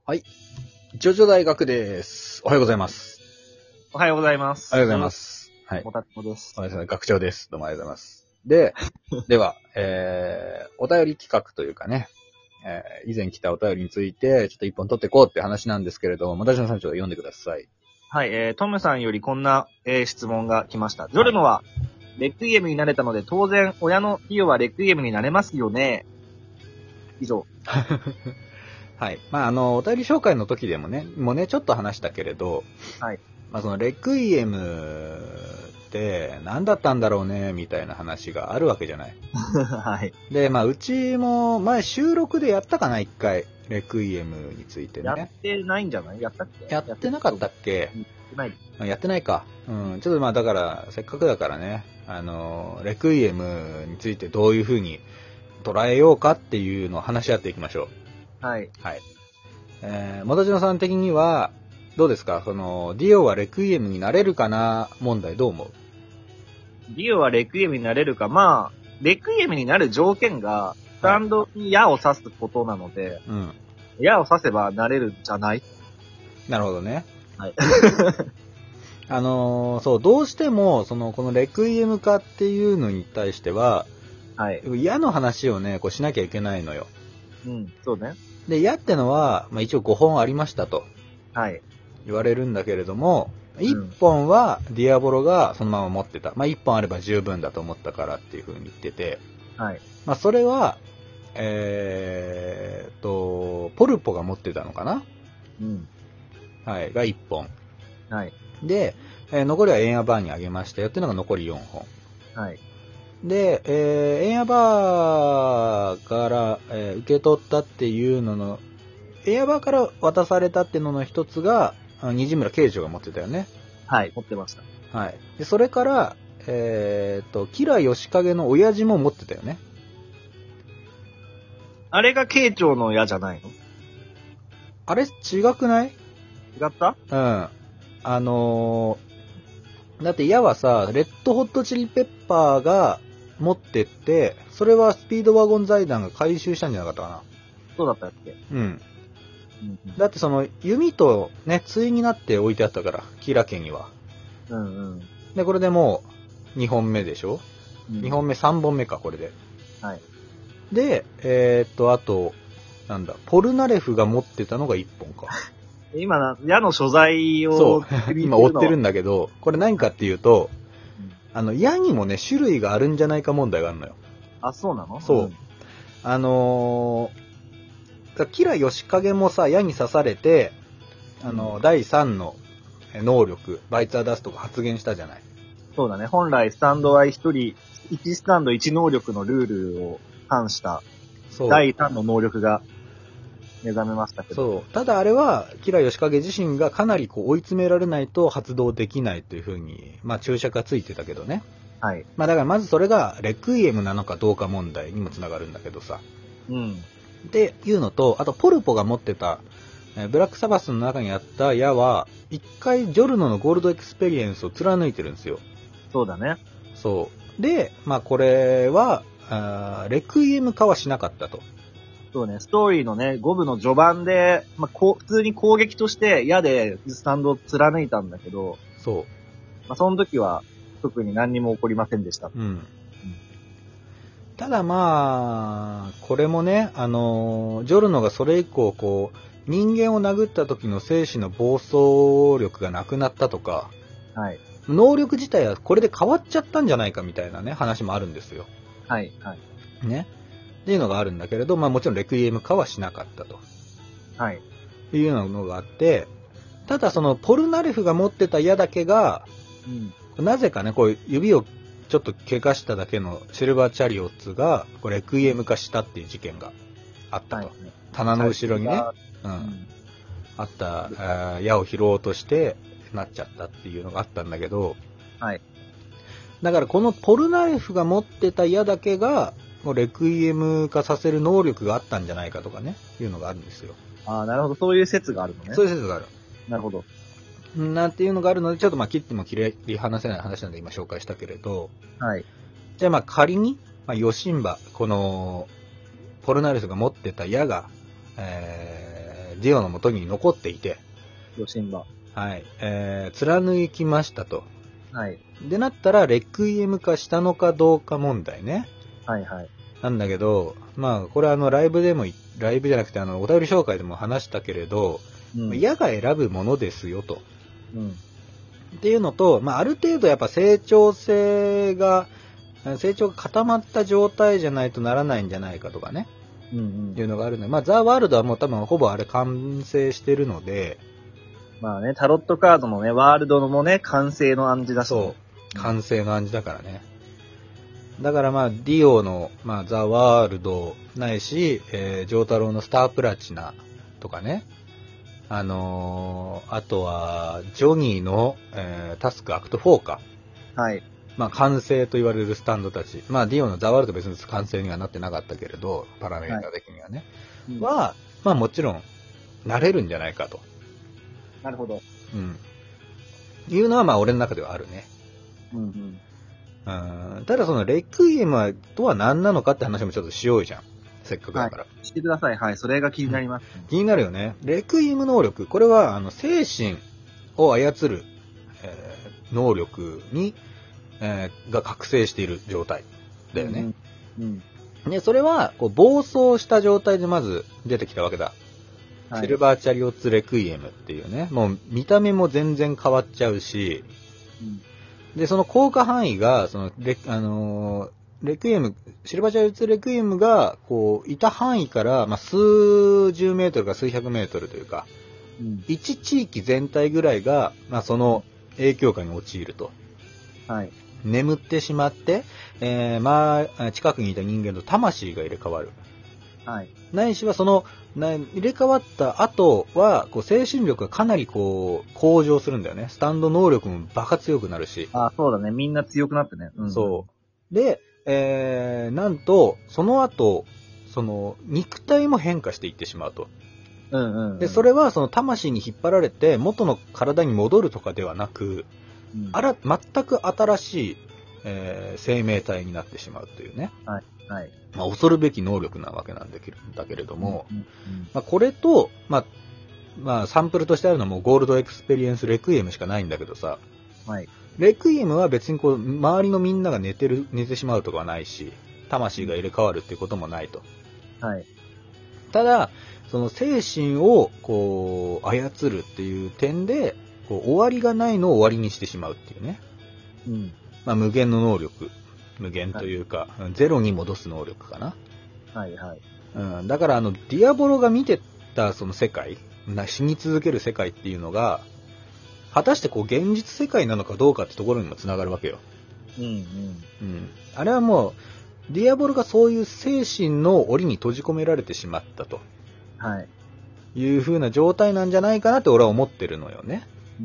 はい。ジョジョ大学です。おはようございます。 おはようございます。 おはようございます。はい。 おたつこです。 おはようございます。学長です。どうもありがとうございます。で、では、お便り企画というかね、以前来たお便りについて、ちょっと一本取っていこうって話なんですけれども、もたしのさんちょっと読んでください。 はい、トムさんよりこんな、質問が来ました。ジョルノは、レクイエムになれたので、当然、親の費用はレクイエムになれますよね。以上。 はい。まあ、お便り紹介の時でもね、ちょっと話したけれど、 はい。 まあ、そのレクイエムって何だったんだろうね、みたいな話があるわけじゃない。 はい。 で、まあ、うちも前収録でやったかな、一回。レクイエムについてね。 やってないんじゃないやったっけやってなかったっけ？ やってない。 やってないか。うん。ちょっとまあだから、せっかくだからね、レクイエムについてどういう風に捉えようかっていうのを話し合っていきましょう。はい。 はい。もたちのさん的には、どうですか？その、ディオはレクイエムになれるかな問題どう思う？ ディオはレクイエムになれるか、まあ、レクイエムになる条件が、スタンドに矢を刺すことなので、 うん。 矢を刺せばなれるんじゃない？ なるほどね。 はい。 そう、どうしても、このレクイエム化っていうのに対しては、 はい。 矢の話をね、こうしなきゃいけないのよ。 うん、そうね。 で、矢ってのは、まあ一応5本ありましたとはい。 言われるんだけれども、 ん 1本はディアボロがそのまま持ってた。まあ1本あれば十分だと思ったからっていう風に言ってて、 はい。 まあそれは、ポルポが持ってたのかな？ うん。 はい、が1本。 はい。 で、残りはエンヤバーにあげましたよっていうのが残り4本。 はい。 で、エンヤバーから、受け取ったっていうのの、エンヤバーから渡されたっていうのの一つが、虹村慶長が持ってたよね。 はい、持ってました。 はい。で、それから、キラヨシカゲの親父も持ってたよね。 あれが慶長の矢じゃないの？ あれ違くない？ 違った？ うん。だって矢はさ、レッドホットチリペッパーが持ってって、それはスピードワゴン財団が回収したんじゃなかったかな。 そうだったっけ？ うん。 うんだってその弓とね、対になって置いてあったから、キラ家には。 うんうん。 で、これでもう2本目でしょ？ 2 本目、3本目か、これで。 はい。 で、あと、なんだ、ポルナレフが持ってたのが1本か。 今、矢の所在そをう、今追ってるんだ。 だけど、これ何かっていうと、 うん矢にもね、種類があるんじゃないか問題があるのよ。 あ、そうなの？ そう。キラヨシカゲもさ、矢に刺されて、第3の能力、バイツアダストが発現したじゃない。 そうだね。本来、スタンドは1人、1スタンド1能力のルールを反したそう。 第3の能力が目覚めましたけど。 そう。ただあれは、キラヨシカゲ自身がかなりこう追い詰められないと発動できないというふうに、まあ注釈がついてたけどね。 はい。 まあだからまずそれがレクイエムなのかどうか問題にもつながるんだけどさ。 うん。 っていうのと、あとポルポが持ってた、ブラックサバスの中にあった矢は、一回ジョルノのゴールドエクスペリエンスを貫いてるんですよ。 そうだね。 そう。で、まあこれは、レクイエム化はしなかったと。 そうね。ストーリーのね、5部の序盤で、まあ、普通に攻撃として矢でスタンドを貫いたんだけど、 そまあ、その時は特に何にも起こりませんでした。 う。うん。ただまあ、これもね、ジョルノがそれ以降、こう、人間を殴った時の生死の暴走力がなくなったとか、 はい。 能力自体はこれで変わっちゃったんじゃないかみたいなね、話もあるんですよ。 はい。はい。 ね。っていうのがあるんだけれど、まあもちろんレクイエム化はしなかったと。 はい。 いうのがあって、ただそのポルナレフが持ってた矢だけが、 うん。 なぜかね、こう指をちょっと怪我しただけのシルバーチャリオッツがこうレクイエム化したっていう事件があったと。 はい。 棚の後ろにね、あった矢を拾おうとしてなっちゃったっていうのがあったんだけど、 はい。 だからこのポルナレフが持ってた矢だけがレクイエム化させる能力があったんじゃないかとかね、いうのがあるんですよ。 ああ、なるほど。そういう説があるのね。 そういう説がある。 なるほど。 なんていうのがあるので、ちょっとまあ切っても切り離せない話なんで今紹介したけれど、 はい。 じゃあまあ仮に、まあ、ヨシンバ、この、ポルナレフが持ってた矢が、 ディオの元に残っていて、 ヨシンバ。 はい、貫きましたと。 はい。 でなったら、レクイエム化したのかどうか問題ね。 はいはい。 なんだけど、まあ、これライブじゃなくてお便り紹介でも話したけれど、矢が選ぶものですよと。っていうのと、まあ、ある程度やっぱ成長が固まった状態じゃないとならないんじゃないかとかね。いうのがあるので、まあ、ザ・ワールドはもう多分ほぼあれ完成してるので、 まあね、タロットカードのね、ワールドのもね、完成の暗示だし。 そう。完成の暗示だからね。だからまあ、ディオの、まあ、ザ・ワールドないし、ジョータロウのスタープラチナとかね。あとは、ジョニーの、タスクアクト4か。 はい。 まあ、完成と言われるスタンドたち。まあ、ディオのザ・ワールド別に完成にはなってなかったけれど、パラメータ的にはね。まあ、もちろん、なれるんじゃないかと。 なるほど。 いうのはまあ、俺の中ではあるね。ただそのレクイエムとは何なのかって話もちょっとしようじゃん。せっかくだから。 してください。はい。それが気になります。 気になるよね。レクイエム能力。これは、精神を操る、能力に、が覚醒している状態だよね。で、それは、暴走した状態でまず出てきたわけだ。シルバーチャリオッツレクイエムっていうね。もう見た目も全然変わっちゃうし、で、その効果範囲が、レクイエム、シルバーチャリオッツレクイエムが、いた範囲から、まあ、数十メートルか数百メートルというか、一地域全体ぐらいが、まあ、その影響下に陥ると。眠ってしまって、まあ、近くにいた人間と魂が入れ替わる。ないしは入れ替わった後は、精神力がかなり向上するんだよね。スタンド能力もバカ強くなるし。 あ、そうだね。みんな強くなってね。 そう。で、なんと、その後、肉体も変化していってしまうと。で、それは魂に引っ張られて元の体に戻るとかではなく、全く新しい、生命体になってしまうというね。まあ、恐るべき能力なわけなんだけれども、まあ、これと、まあ、サンプルとしてあるのはもうゴールドエクスペリエンスレクイエムしかないんだけどさ、レクイエムは別に周りのみんなが寝てしまうとかはないし、魂が入れ替わるっていうこともないと。ただ、その精神を操るっていう点で、終わりがないのを終わりにしてしまうっていうね。まあ、無限の能力。無限というか、ゼロに戻す能力かな。だからディアボロが見てたその世界、死に続ける世界っていうのが、果たして現実世界なのかどうかってところにもつながるわけよ。あれはもう、ディアボロがそういう精神の檻に閉じ込められてしまったと。いう風な状態なんじゃないかなって俺は思ってるのよね。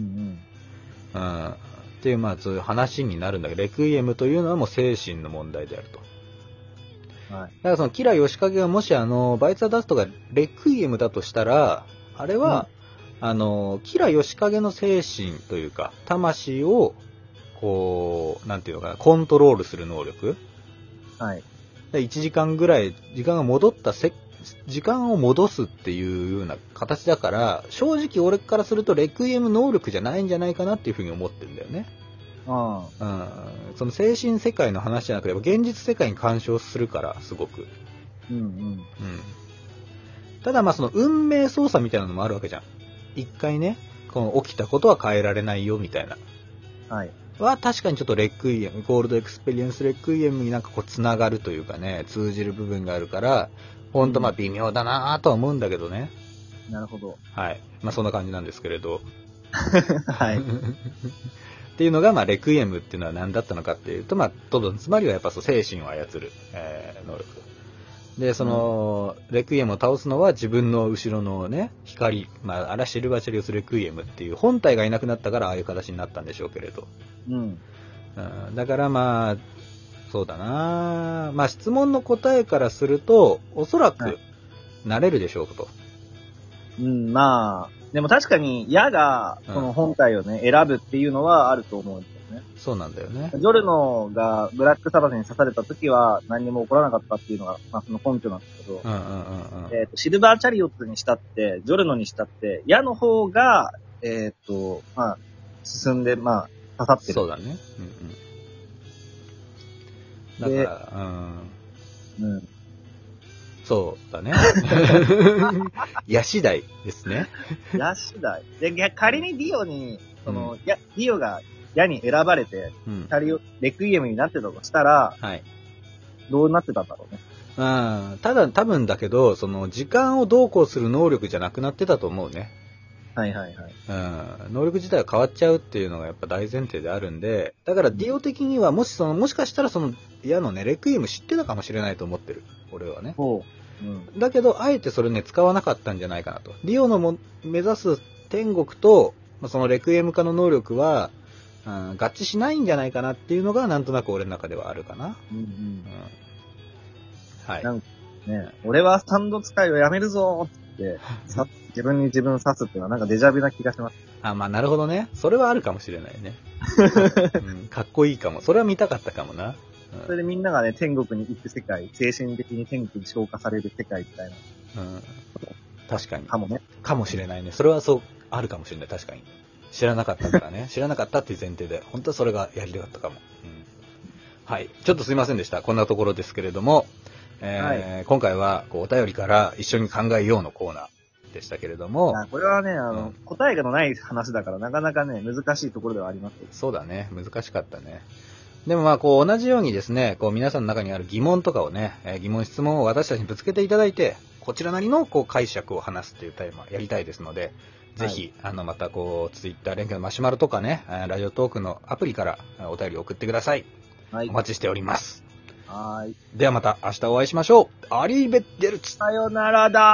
っていう、まあ、そういう話になるんだけど、レクイエムというのはもう精神の問題であると。だからそのキラヨシカゲがもしバイツアダストがレクイエムだとしたら、あれは、キラヨシカゲの精神というか、魂を、なんていうのかな、コントロールする能力。1時間ぐらい、時間を戻すっていうような形だから、正直俺からするとレクイエム能力じゃないんじゃないかなっていうふうに思ってるんだよね。その精神世界の話じゃなくて、現実世界に干渉するから、すごく。ただまあその運命操作みたいなのもあるわけじゃん。一回ね、起きたことは変えられないよみたいな。は確かにちょっとレクイエム、ゴールドエクスペリエンスレクイエムになんか繋がるというかね、通じる部分があるから、ほんとまあ微妙だなぁとは思うんだけどね。 なるほど。 まあそんな感じなんですけれど。っていうのが、まあレクイエムっていうのは何だったのかっていうと、まあつまりはやっぱ精神を操る、能力。で、レクイエムを倒すのは自分の後ろのね、光、まあ、アラシルバチャリオスレクイエムっていう本体がいなくなったからああいう形になったんでしょうけれど。だからまあ、そうだなまあ質問の答えからすると、おそらく、なれるでしょうと。 まあ、でも確かに矢が、この本体をね、選ぶっていうのはあると思うんですよね。 そうなんだよね。 ジョルノがブラックサバスに刺された時は何にも起こらなかったっていうのが、まあその根拠なんですけど、シルバーチャリオッツにしたって、ジョルノにしたって、矢の方が、まあ、進んで、まあ、刺さってる。 そうだね。だから、そうだね。矢次第ですね。 矢次第。で、仮にディオに、ディオが矢に選ばれて、レクイエムになってたとしたら、 はい。 どうなってたんだろうね。 ただ、多分だけど、時間をどうこうする能力じゃなくなってたと思うね。 はいはいはい。 能力自体が変わっちゃうっていうのがやっぱ大前提であるんで、だからディオ的にはもしかしたら矢のね、レクイエム知ってたかもしれないと思ってる。俺はね。だけど、あえてそれね、使わなかったんじゃないかなと。ディオの目指す天国と、そのレクイエム化の能力は、合致しないんじゃないかなっていうのが、なんとなく俺の中ではあるかな。はい。 なんかね、俺はスタンド使いをやめるぞーって、自分に自分刺すっていうのはなんかデジャビュな気がします。 まあなるほどね。それはあるかもしれないね。かっこいいかも。それは見たかったかもな。 それでみんながね、天国に行く世界、精神的に天国に昇華される世界みたいな。 確かに。 かもね。 かもしれないね。それはそう、あるかもしれない。確かに。知らなかったからね。知らなかったっていう前提で、本当はそれがやりたかったかも。はい。ちょっとすいませんでした。こんなところですけれども、今回はお便りから一緒に考えようのコーナーでしたけれども。 これはね、答えがない話だからなかなかね、難しいところではありますけど。 そうだね。難しかったね。でもまあ同じようにですね、皆さんの中にある疑問とかをね、疑問質問を私たちにぶつけていただいて、こちらなりの解釈を話すっていうテーマやりたいですので、ぜひ、またツイッター連携のマシュマロとかね、ラジオトークのアプリからお便り送ってください。はい。お待ちしております。 はい。 ではまた明日お会いしましょう。アリーベッデルチ。 さよならだ。